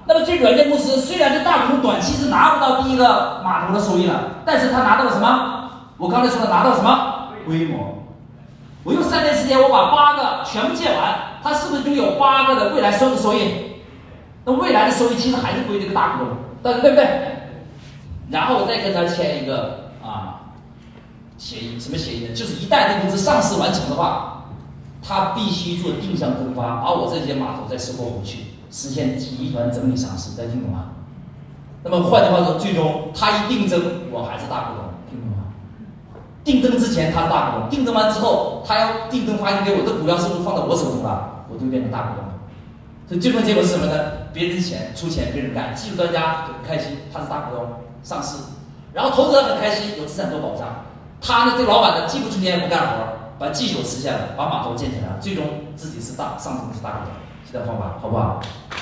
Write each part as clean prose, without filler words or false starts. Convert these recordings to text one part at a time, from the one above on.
那么这软件公司虽然这大股东短期是拿不到第一个码头的收益了，但是他拿到了什么？我刚才说的拿到什么？规模。我用3年时间，我把8个全部建完，他是不是就有8个的未来收益？那未来的收益其实还是归这个大股东，对不对？然后我再跟他签一个协议，什么协议呢？就是一旦这公司上市完成的话，他必须做定向分发，把我这些码头再收购回去，实现集团整体上市。大家听懂吗？那么换句话说，最终他一定增，我还是大股东，听懂吗？定增之前他是大股东，定增完之后，他要定增发行给我的股票是不是放到我手中了？我就变成大股东了。所以最终结果是什么呢？别人出钱，别人干，技术专家很开心，他是大股东上市，然后投资者很开心，有资产做保障。他呢，这个老板呢，既不出钱也不干活，把技术实现了，把码头建起来了，最终自己是上市公司大股东，这条方法好不好？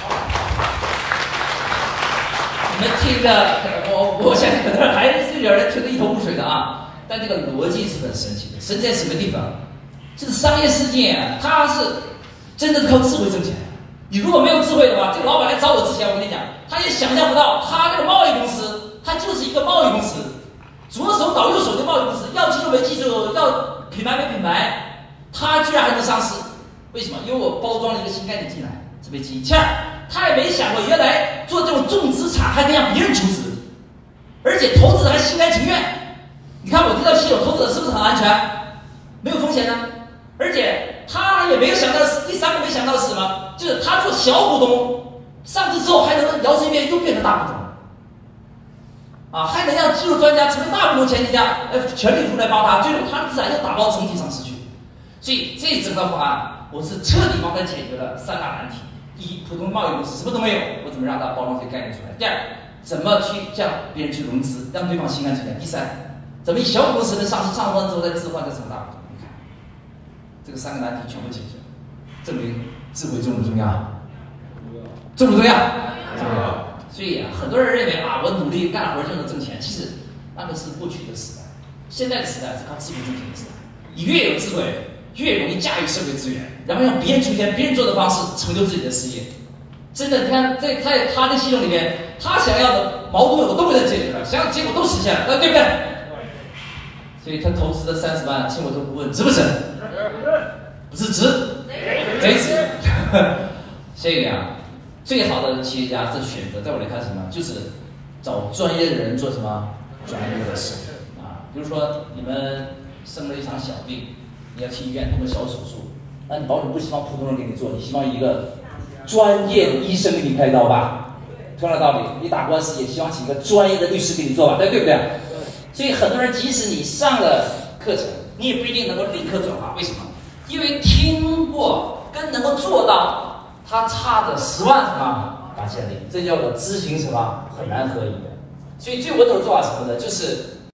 你们听着，我相信可能还是有人听得一头雾水的啊，但这个逻辑是很神奇的，神在什么地方？就是商业世界啊，它是真的是靠智慧挣钱。你如果没有智慧的话，这个老板来找我之前，我跟你讲，他也想象不到，他这个贸易公司，它就是一个贸易公司，左手倒右手的贸易公司，要技术没技术，要品牌没品牌，他居然还能上市，为什么？因为我包装了一个新概念进来，这杯鸡。第二，他也没想过原来做这种重资产还可以让别人出资，而且投资者还心甘情愿。你看我这套系统，投资者是不是很安全？没有风险呢？而且他也没有想到，第3个没想到是什么？就是他做小股东，上市之后还能摇身一变又变成大股东，还能让技术专家成为大股东前提下，全力出来帮他，最后他的资产又打包整体上市去。所以这整个方案，我是彻底帮他解决了3大难题：第一，普通贸易公司什么都没有，我怎么让他包装这个概念出来？第二，怎么去向别人去融资，让对方心甘情愿？第三，怎么以小股东身份上市上完之后再置换再成大股东？你看，这个3个难题全部解决，证明智慧重不重要？重不重要？重要。所以很多人认为我努力干活就能挣钱，其实那个是过去的时代，现在的时代是靠智慧挣钱的时代。你越有智慧，越容易驾驭社会资源，然后让别人出现别人做的方式成就自己的事业。真的，你看在他的系统里面，他想要的矛盾我都给他解决了，想要结果都实现了，对不对？所以他投资的30万，请我做顾问，值不值？不是值，贼值。这个呀，最好的企业家是选择，在我来看什么，就是找专业的人做什么专业的事比如说你们生了一场小病，你要去医院动个小手术，那你保准不希望普通人给你做，你希望一个专业的医生给你开刀吧？同样的道理，你打官司也希望请个专业的律师给你做吧，对不对？所以很多人即使你上了课程，你也不一定能够立刻转化，为什么？因为听过跟能够做到，它差着10万什么8千里，这叫做知行什么很难合一的。所以最稳妥的做法是什么呢？就是